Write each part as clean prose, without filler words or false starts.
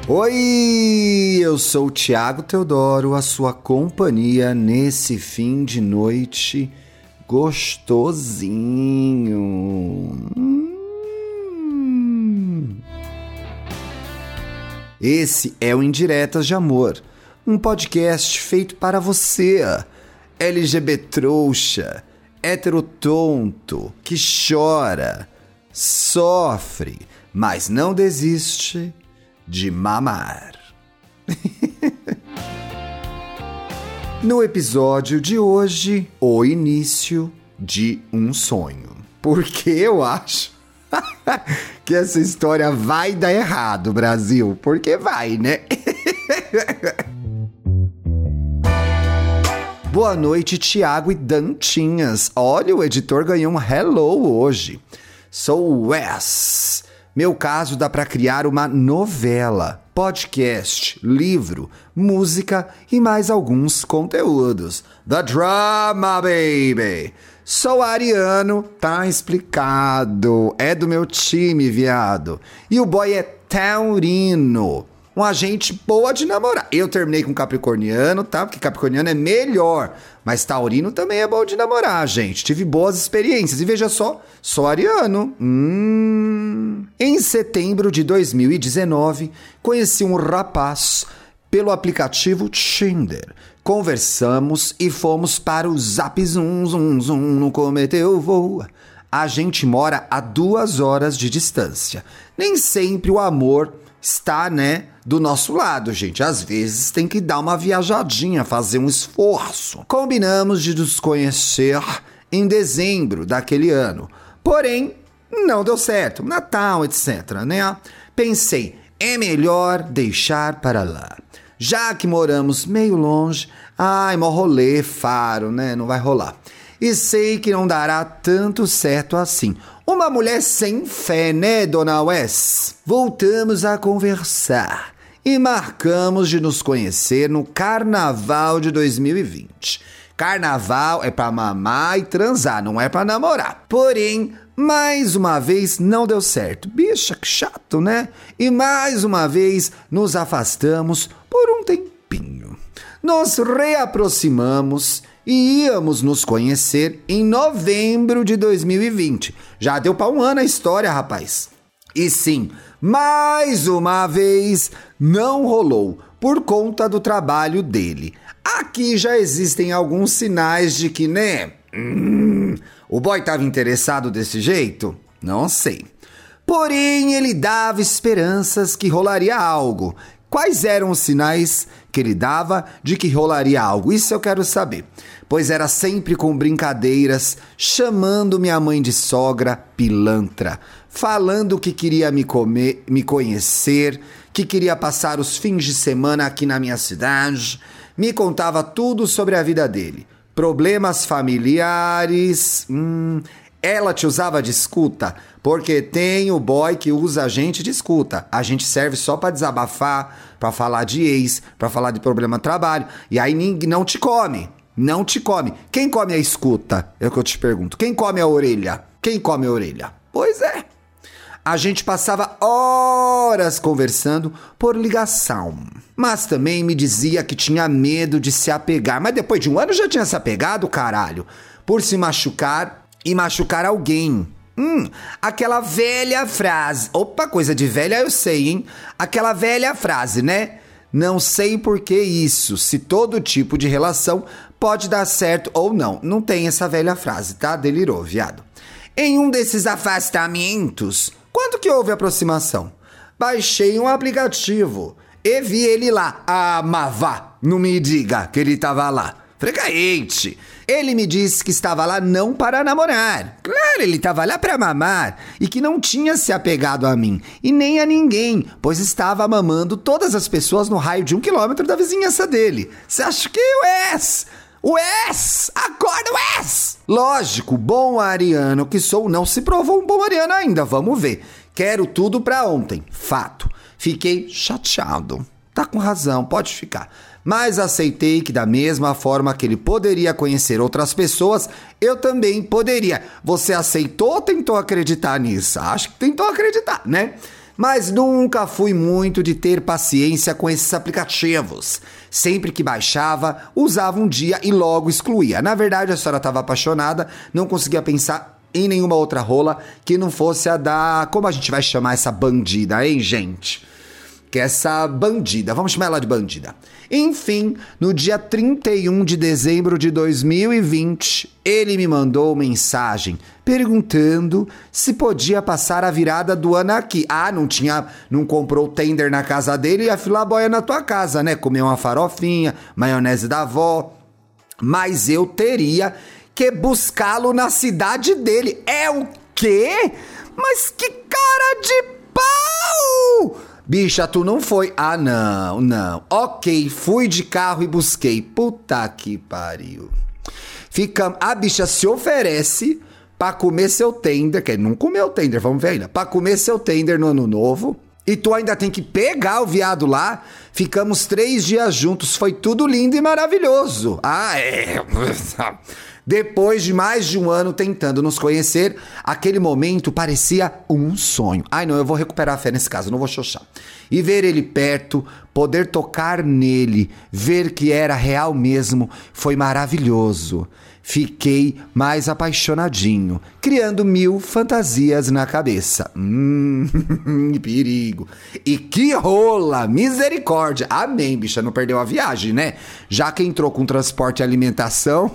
Oi, eu sou o Thiago Teodoro, a sua companhia nesse fim de noite gostosinho. Esse é o Indiretas de Amor, um podcast feito para você, LGBT trouxa, hétero tonto, que chora, sofre, mas não desiste de mamar. No episódio de hoje, o início de um sonho. Porque eu acho que essa história vai dar errado, Brasil. Porque vai, né? Boa noite, Thiago e Dantinhas. Olha, o editor ganhou um hello hoje. Sou o Wes. Meu caso dá para criar uma novela, podcast, livro, música e mais alguns conteúdos. The Drama, baby! Sou ariano, tá explicado. É do meu time, viado. E o boy é taurino. Uma gente boa de namorar. Eu terminei com capricorniano, tá? Porque capricorniano é melhor. Mas taurino também é bom de namorar, gente. Tive boas experiências. E veja só, sou ariano. Em setembro de 2019, conheci um rapaz pelo aplicativo Tinder. Conversamos e fomos para o Zap Zum Zum Zum no Cometeu Voa. A gente mora a 2 horas de distância. Nem sempre o amor está, do nosso lado, gente. Às vezes tem que dar uma viajadinha, fazer um esforço. Combinamos de nos conhecer em dezembro daquele ano. Porém, não deu certo. Natal, etc, Pensei, é melhor deixar para lá. Já que moramos meio longe, mó rolê, Faro, não vai rolar. E sei que não dará tanto certo assim. Uma mulher sem fé, dona Wes? Voltamos a conversar e marcamos de nos conhecer no Carnaval de 2020. Carnaval é pra mamar e transar, não é pra namorar. Porém, mais uma vez não deu certo. Bicha, que chato, E mais uma vez nos afastamos por um tempinho. Nos reaproximamos e íamos nos conhecer em novembro de 2020. Já deu para um ano a história, rapaz. E sim, mais uma vez não rolou por conta do trabalho dele. Aqui já existem alguns sinais de que, o boy estava interessado desse jeito? Não sei. Porém, ele dava esperanças que rolaria algo. Quais eram os sinais que ele dava de que rolaria algo? Isso eu quero saber. Pois era sempre com brincadeiras, chamando minha mãe de sogra pilantra, falando que queria me conhecer, que queria passar os fins de semana aqui na minha cidade. Me contava tudo sobre a vida dele. Problemas familiares. Ela te usava de escuta, porque tem o boy que usa a gente de escuta. A gente serve só pra desabafar, pra falar de ex, pra falar de problema de trabalho. E aí não te come, não te come. Quem come a escuta? É o que eu te pergunto. Quem come a orelha? Quem come a orelha? Pois é. A gente passava horas conversando por ligação. Mas também me dizia que tinha medo de se apegar. Mas depois de um ano já tinha se apegado, caralho. Por se machucar e machucar alguém. Aquela velha frase. Opa, coisa de velha eu sei, hein? Aquela velha frase, Não sei por que isso, se todo tipo de relação pode dar certo ou não. Não tem essa velha frase, tá? Delirou, viado. Em um desses afastamentos, quando que houve aproximação? Baixei um aplicativo e vi ele lá. Mas vá, não me diga que ele tava lá. Frequente. Ele me disse que estava lá não para namorar. Claro, ele estava lá para mamar. E que não tinha se apegado a mim. E nem a ninguém. Pois estava mamando todas as pessoas no raio de 1 quilômetro da vizinhança dele. Você acha que o Wes? Acorda, Wes! Lógico, bom ariano que sou, não se provou um bom ariano ainda. Vamos ver. Quero tudo pra ontem. Fato. Fiquei chateado. Tá com razão, pode ficar. Mas aceitei que da mesma forma que ele poderia conhecer outras pessoas, eu também poderia. Você aceitou ou tentou acreditar nisso? Acho que tentou acreditar, né? Mas nunca fui muito de ter paciência com esses aplicativos. Sempre que baixava, usava um dia e logo excluía. Na verdade, a senhora estava apaixonada, não conseguia pensar em nenhuma outra rola que não fosse a da... Como a gente vai chamar essa bandida, hein, gente? Que é essa bandida, vamos chamar ela de bandida. Enfim, no dia 31 de dezembro de 2020, ele me mandou mensagem perguntando se podia passar a virada do ano aqui. Ah, não comprou o tender na casa dele e ia filar boia na tua casa, né? Comer uma farofinha, maionese da avó. Mas eu teria que buscá-lo na cidade dele. É o quê? Mas que cara de pau! Bicha, tu não foi? Ah, não. Ok, fui de carro e busquei. Puta que pariu. A bicha se oferece pra comer seu tender, que não comeu o tender, vamos ver ainda. Pra comer seu tender no ano novo. E tu ainda tem que pegar o viado lá. Ficamos 3 dias juntos, foi tudo lindo e maravilhoso. Ah, é... Depois de mais de um ano tentando nos conhecer, aquele momento parecia um sonho. Ai não, eu vou recuperar a fé nesse caso, não vou xoxar. E ver ele perto, poder tocar nele, ver que era real mesmo, foi maravilhoso. Fiquei mais apaixonadinho, criando 1000 fantasias na cabeça. Perigo. E que rola, misericórdia. Amém, bicha, não perdeu a viagem, né? Já que entrou com transporte e alimentação...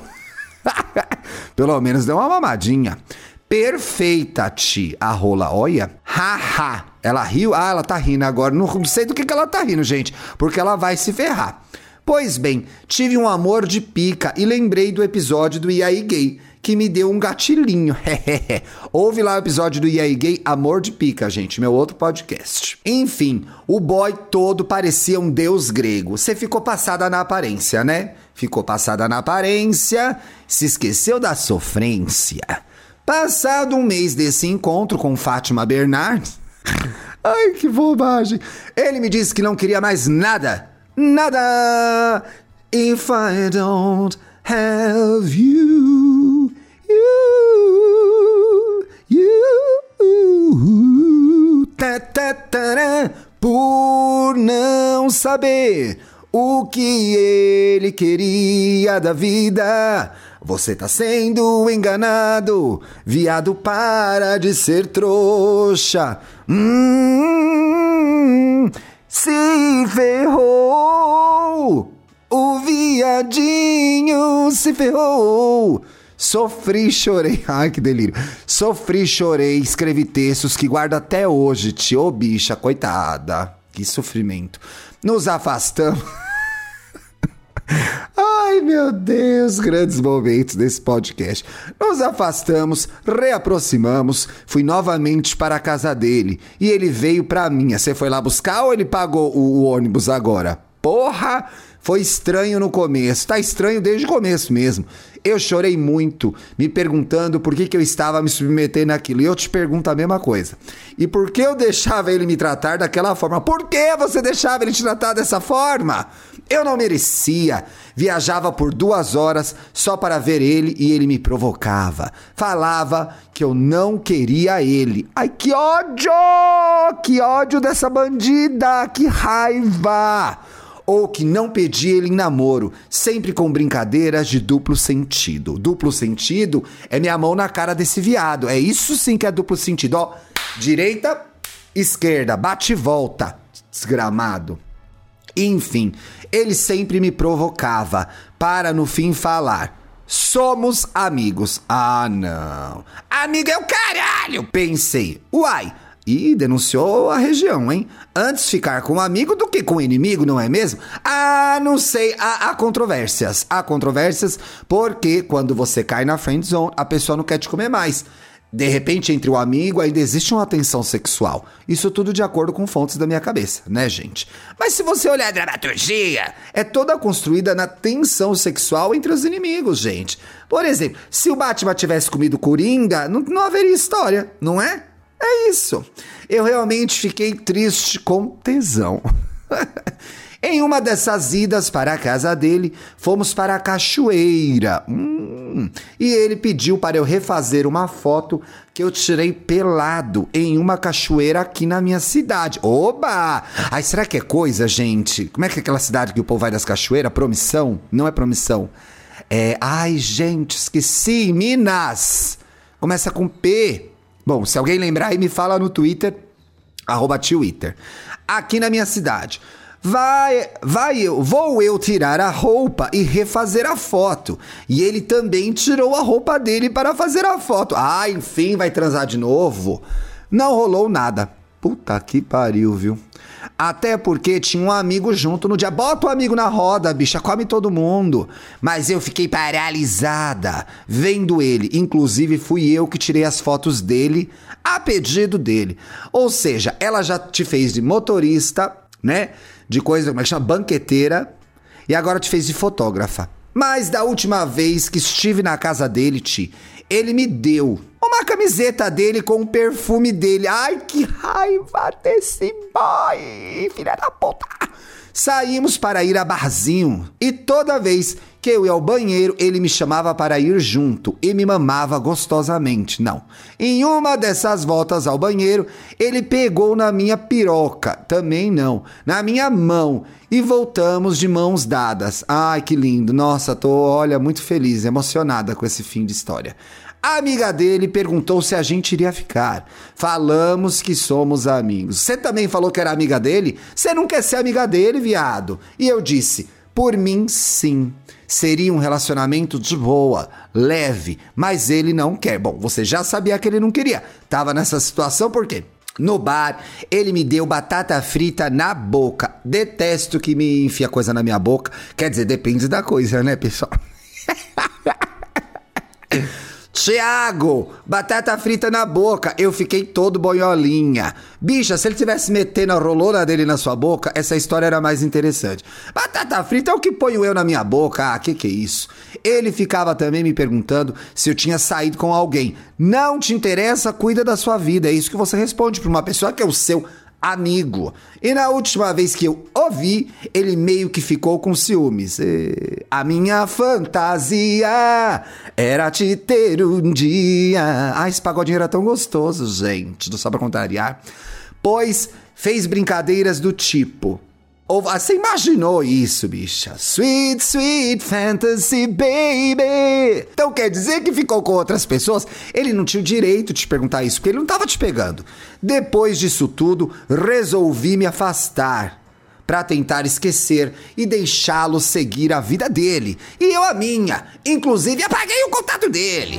Pelo menos deu uma mamadinha. Perfeita, ti, a rola, olha. Haha. Ela riu? Ah, ela tá rindo agora. Não sei do que ela tá rindo, gente, porque ela vai se ferrar. Pois bem, tive um amor de pica e lembrei do episódio do E aí Gay, que me deu um gatilhinho. Ouve lá o episódio do E aí Gay, Amor de Pica, gente, meu outro podcast. Enfim, o boy todo parecia um deus grego. Você ficou passada na aparência, né? Ficou passada na aparência, se esqueceu da sofrência. Passado um mês desse encontro com Fátima Bernardes... Ai, que bobagem. Ele me disse que não queria mais nada. Nada. If I don't have you, por não saber o que ele queria da vida. Você tá sendo enganado, viado, para de ser trouxa. Se ferrou, o viadinho se ferrou. Sofri, chorei, ai que delírio. Sofri, chorei, escrevi textos que guardo até hoje, tio, bicha, coitada. Que sofrimento. Nos afastamos. Ai, meu Deus, grandes momentos desse podcast. Nos afastamos, reaproximamos, fui novamente para a casa dele e ele veio pra minha. Você foi lá buscar ou ele pagou o ônibus agora? Porra, foi estranho no começo, tá estranho desde o começo mesmo. Eu chorei muito, me perguntando por que eu estava me submetendo àquilo. E eu te pergunto a mesma coisa. E por que eu deixava ele me tratar daquela forma? Por que você deixava ele te tratar dessa forma? Eu não merecia. Viajava por 2 horas só para ver ele e ele me provocava. Falava que eu não queria ele. Ai, que ódio! Que ódio dessa bandida! Que raiva! Ou que não pedia ele em namoro, sempre com brincadeiras de duplo sentido. Duplo sentido é minha mão na cara desse viado. É isso sim que é duplo sentido. Ó, direita, esquerda, bate e volta. Desgramado. Enfim, ele sempre me provocava para no fim falar: somos amigos. Ah, não. Amigo é o caralho! Pensei. Uai. E denunciou a região, hein? Antes ficar com um amigo do que com um inimigo, não é mesmo? Ah, não sei. Há controvérsias. Há controvérsias porque quando você cai na friend zone, a pessoa não quer te comer mais. De repente, entre o amigo, ainda existe uma tensão sexual. Isso tudo de acordo com fontes da minha cabeça, né, gente? Mas se você olhar a dramaturgia, é toda construída na tensão sexual entre os inimigos, gente. Por exemplo, se o Batman tivesse comido Coringa, não haveria história, não é? É isso. Eu realmente fiquei triste com tesão. Em uma dessas idas para a casa dele, fomos para a cachoeira. E ele pediu para eu refazer uma foto que eu tirei pelado em uma cachoeira aqui na minha cidade. Oba! Ai, será que é coisa, gente? Como é que é aquela cidade que o povo vai das cachoeiras? Promissão? Não é Promissão. Ai, gente, esqueci. Minas! Começa com P. Bom, se alguém lembrar aí, me fala no Twitter, @Twitter. Aqui na minha cidade. Vou eu tirar a roupa e refazer a foto. E ele também tirou a roupa dele para fazer a foto. Enfim, vai transar de novo. Não rolou nada. Puta que pariu, viu? Até porque tinha um amigo junto no dia. Bota o amigo na roda, bicha, come todo mundo. Mas eu fiquei paralisada vendo ele. Inclusive, fui eu que tirei as fotos dele a pedido dele. Ou seja, ela já te fez de motorista, né? De coisa, como é que chama? Banqueteira. E agora te fez de fotógrafa. Mas da última vez que estive na casa dele, ele me deu uma camiseta dele com o perfume dele. Ai, que raiva desse boy, filha da puta. Saímos para ir a barzinho e toda vez que eu ia ao banheiro, ele me chamava para ir junto e me mamava gostosamente. Não. Em uma dessas voltas ao banheiro, ele pegou na minha piroca. Também não. Na minha mão. E voltamos de mãos dadas. Ai, que lindo. Nossa, olha, muito feliz, emocionada com esse fim de história. A amiga dele perguntou se a gente iria ficar. Falamos que somos amigos. Você também falou que era amiga dele? Você não quer ser amiga dele, viado? E eu disse, por mim, sim. Seria um relacionamento de boa, leve, mas ele não quer. Bom, você já sabia que ele não queria. Tava nessa situação por quê? No bar, ele me deu batata frita na boca. Detesto que me enfia coisa na minha boca. Quer dizer, depende da coisa, né, pessoal? Tiago, batata frita na boca. Eu fiquei todo boiolinha. Bicha, se ele tivesse metendo a rolona dele na sua boca, essa história era mais interessante. Batata frita é o que ponho eu na minha boca. Que é isso? Ele ficava também me perguntando se eu tinha saído com alguém. Não te interessa, cuida da sua vida. É isso que você responde pra uma pessoa que é o seu amigo. E na última vez que eu ouvi, ele meio que ficou com ciúmes. A minha fantasia era te ter um dia. Esse pagodinho era tão gostoso, gente, só pra contrariar. Pois fez brincadeiras do tipo... Você imaginou isso, bicha? Sweet, sweet fantasy, baby. Então quer dizer que ficou com outras pessoas? Ele não tinha o direito de te perguntar isso, porque ele não tava te pegando. Depois disso tudo, resolvi me afastar para tentar esquecer e deixá-lo seguir a vida dele. E eu a minha. Inclusive, apaguei o contato dele.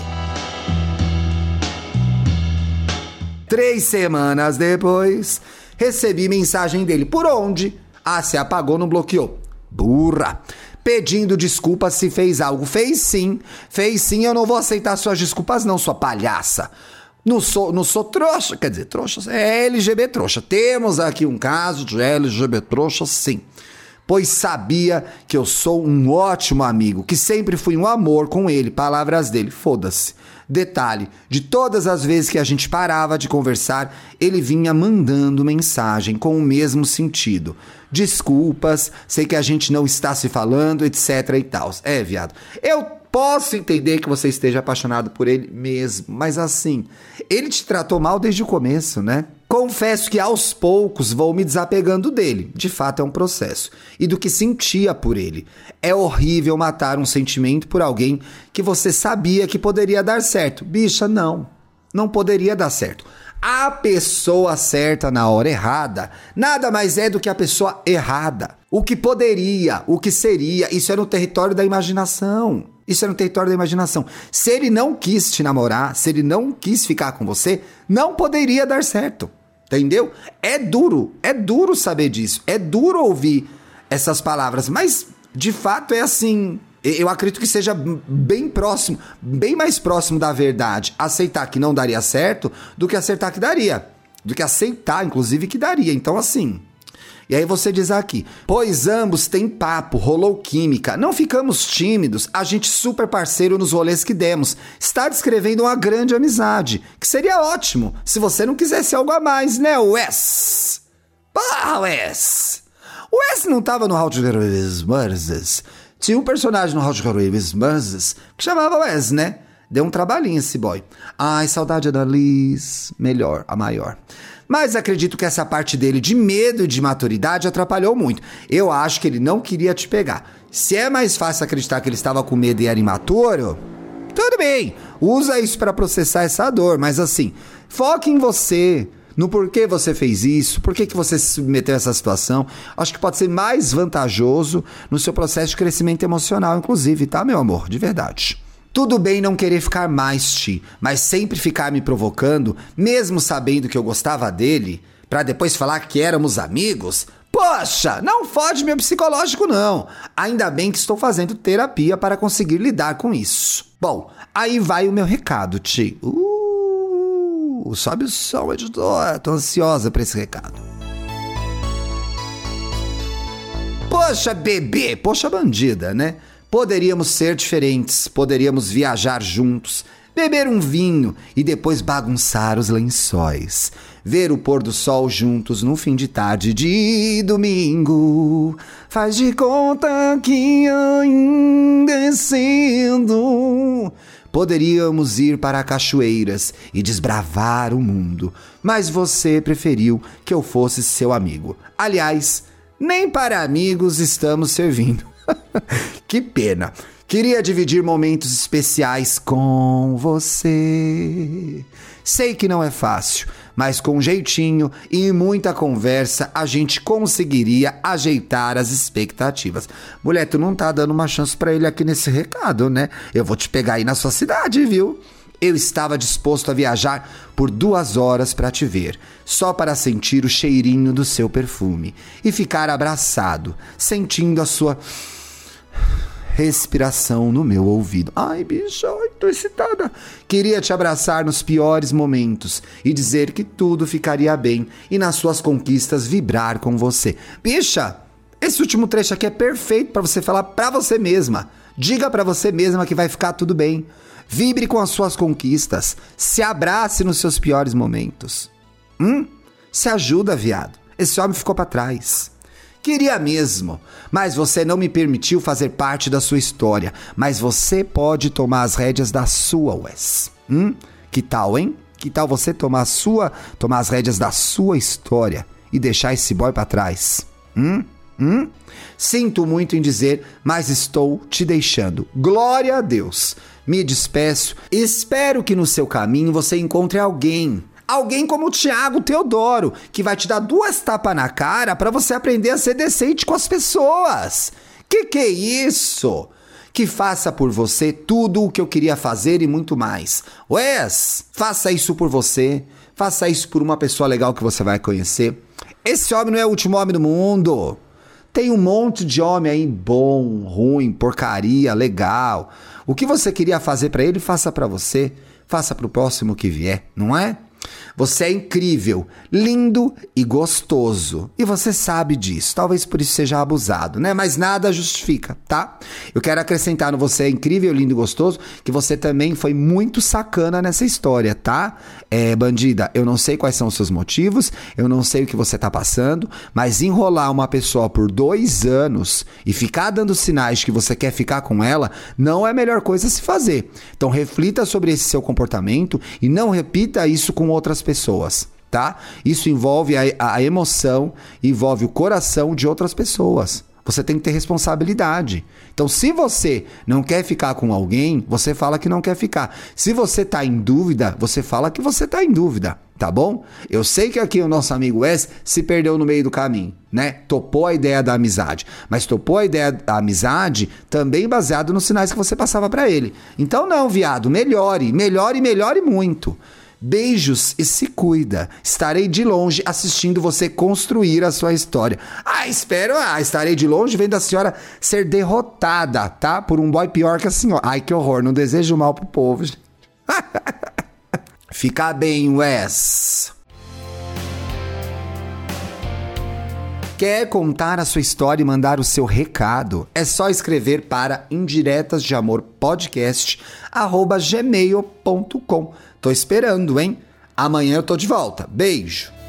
3 semanas depois, recebi mensagem dele. Por onde? Se apagou, não bloqueou. Burra. Pedindo desculpas se fez algo. Fez sim, eu não vou aceitar suas desculpas não, sua palhaça. Não sou trouxa, quer dizer, trouxa, é LGB trouxa. Temos aqui um caso de LGB trouxa, sim. Pois sabia que eu sou um ótimo amigo, que sempre fui um amor com ele, palavras dele, foda-se. Detalhe, de todas as vezes que a gente parava de conversar, ele vinha mandando mensagem com o mesmo sentido. Desculpas, sei que a gente não está se falando, etc e tal. Viado, eu posso entender que você esteja apaixonado por ele mesmo, mas assim, ele te tratou mal desde o começo, né? Confesso que aos poucos vou me desapegando dele. De fato é um processo. E do que sentia por ele. É horrível matar um sentimento por alguém que você sabia que poderia dar certo. Bicha, não. Não poderia dar certo. A pessoa certa na hora errada nada mais é do que a pessoa errada. O que poderia, o que seria, isso é no território da imaginação. Isso é no território da imaginação. Se ele não quis te namorar, se ele não quis ficar com você, não poderia dar certo. Entendeu? É duro saber disso. É duro ouvir essas palavras, mas de fato é assim. Eu acredito que seja bem próximo, bem mais próximo da verdade aceitar que não daria certo do que acertar que daria. Do que aceitar, inclusive, que daria. Então, assim... E aí você diz aqui, pois ambos têm papo, rolou química, não ficamos tímidos, a gente super parceiro nos rolês que demos. Está descrevendo uma grande amizade, que seria ótimo, se você não quisesse algo a mais, né, Wes? Wes! O Wes não tava no How to Get Away with Murder. Tinha um personagem no How to Get Away with Murder que chamava Wes, né? Deu um trabalhinho esse boy. Ai, saudade da Liz. Melhor, a maior. Mas acredito que essa parte dele de medo e de maturidade atrapalhou muito. Eu acho que ele não queria te pegar. Se é mais fácil acreditar que ele estava com medo e era imaturo, tudo bem. Usa isso para processar essa dor. Mas assim, foque em você. No porquê você fez isso, por que você se submeteu a essa situação. Acho que pode ser mais vantajoso no seu processo de crescimento emocional, inclusive, tá, meu amor? De verdade. Tudo bem não querer ficar mais, Ti, mas sempre ficar me provocando, mesmo sabendo que eu gostava dele, pra depois falar que éramos amigos? Poxa, não fode meu psicológico não. Ainda bem que estou fazendo terapia para conseguir lidar com isso. Bom, aí vai o meu recado, Ti. Sobe o som, editor. Tô ansiosa pra esse recado. Poxa, bebê. Poxa, bandida, né? Poderíamos ser diferentes. Poderíamos viajar juntos. Beber um vinho e depois bagunçar os lençóis. Ver o pôr do sol juntos num fim de tarde de domingo. Faz de conta que ainda é cedo. Poderíamos ir para cachoeiras e desbravar o mundo, mas você preferiu que eu fosse seu amigo. Aliás, nem para amigos estamos servindo. Que pena. Queria dividir momentos especiais com você. Sei que não é fácil, mas com jeitinho e muita conversa a gente conseguiria ajeitar as expectativas. Mulher, tu não tá dando uma chance pra ele aqui nesse recado, né? Eu vou te pegar aí na sua cidade, viu? Eu estava disposto a viajar por 2 horas para te ver, só para sentir o cheirinho do seu perfume e ficar abraçado, sentindo a sua respiração no meu ouvido. Ai, bicha, tô excitada. Queria te abraçar nos piores momentos e dizer que tudo ficaria bem e nas suas conquistas vibrar com você. Bicha, esse último trecho aqui é perfeito para você falar para você mesma. Diga para você mesma que vai ficar tudo bem. Vibre com as suas conquistas. Se abrace nos seus piores momentos. Se ajuda, viado. Esse homem ficou para trás. Queria mesmo, mas você não me permitiu fazer parte da sua história. Mas você pode tomar as rédeas da sua, Wes. Que tal, hein? Que tal você tomar as rédeas da sua história e deixar esse boy pra trás? Sinto muito em dizer, mas estou te deixando. Glória a Deus. Me despeço. Espero que no seu caminho você encontre alguém como o Thiago Teodoro, que vai te dar 2 tapas na cara pra você aprender a ser decente com as pessoas. Que é isso? Que faça por você tudo o que eu queria fazer e muito mais. Wes, faça isso por você. Faça isso por uma pessoa legal que você vai conhecer. Esse homem não é o último homem do mundo. Tem um monte de homem aí bom, ruim, porcaria, legal. O que você queria fazer pra ele, faça pra você. Faça pro próximo que vier, não é? Você é incrível, lindo e gostoso. E você sabe disso. Talvez por isso seja abusado, né? Mas nada justifica, tá? Eu quero acrescentar no você é incrível, lindo e gostoso que você também foi muito sacana nessa história, tá? Bandida, eu não sei quais são os seus motivos, eu não sei o que você tá passando, mas enrolar uma pessoa por 2 anos e ficar dando sinais de que você quer ficar com ela não é a melhor coisa a se fazer. Então reflita sobre esse seu comportamento e não repita isso com outras pessoas, tá? Isso envolve a emoção, envolve o coração de outras pessoas. Você tem que ter responsabilidade. Então, se você não quer ficar com alguém, você fala que não quer ficar. Se você tá em dúvida, você fala que você tá em dúvida, tá bom? Eu sei que aqui o nosso amigo Wes se perdeu no meio do caminho, né? Topou a ideia da amizade, mas topou a ideia da amizade também baseado nos sinais que você passava pra ele. Então, não, viado, melhore muito. Beijos e se cuida. Estarei de longe assistindo você construir a sua história. Estarei de longe vendo a senhora ser derrotada, tá? Por um boy pior que a senhora. Ai, que horror, não desejo mal pro povo. Fica bem, Wes. Quer contar a sua história e mandar o seu recado? É só escrever para indiretasdeamorpodcast@gmail.com. Tô esperando, hein? Amanhã eu tô de volta. Beijo!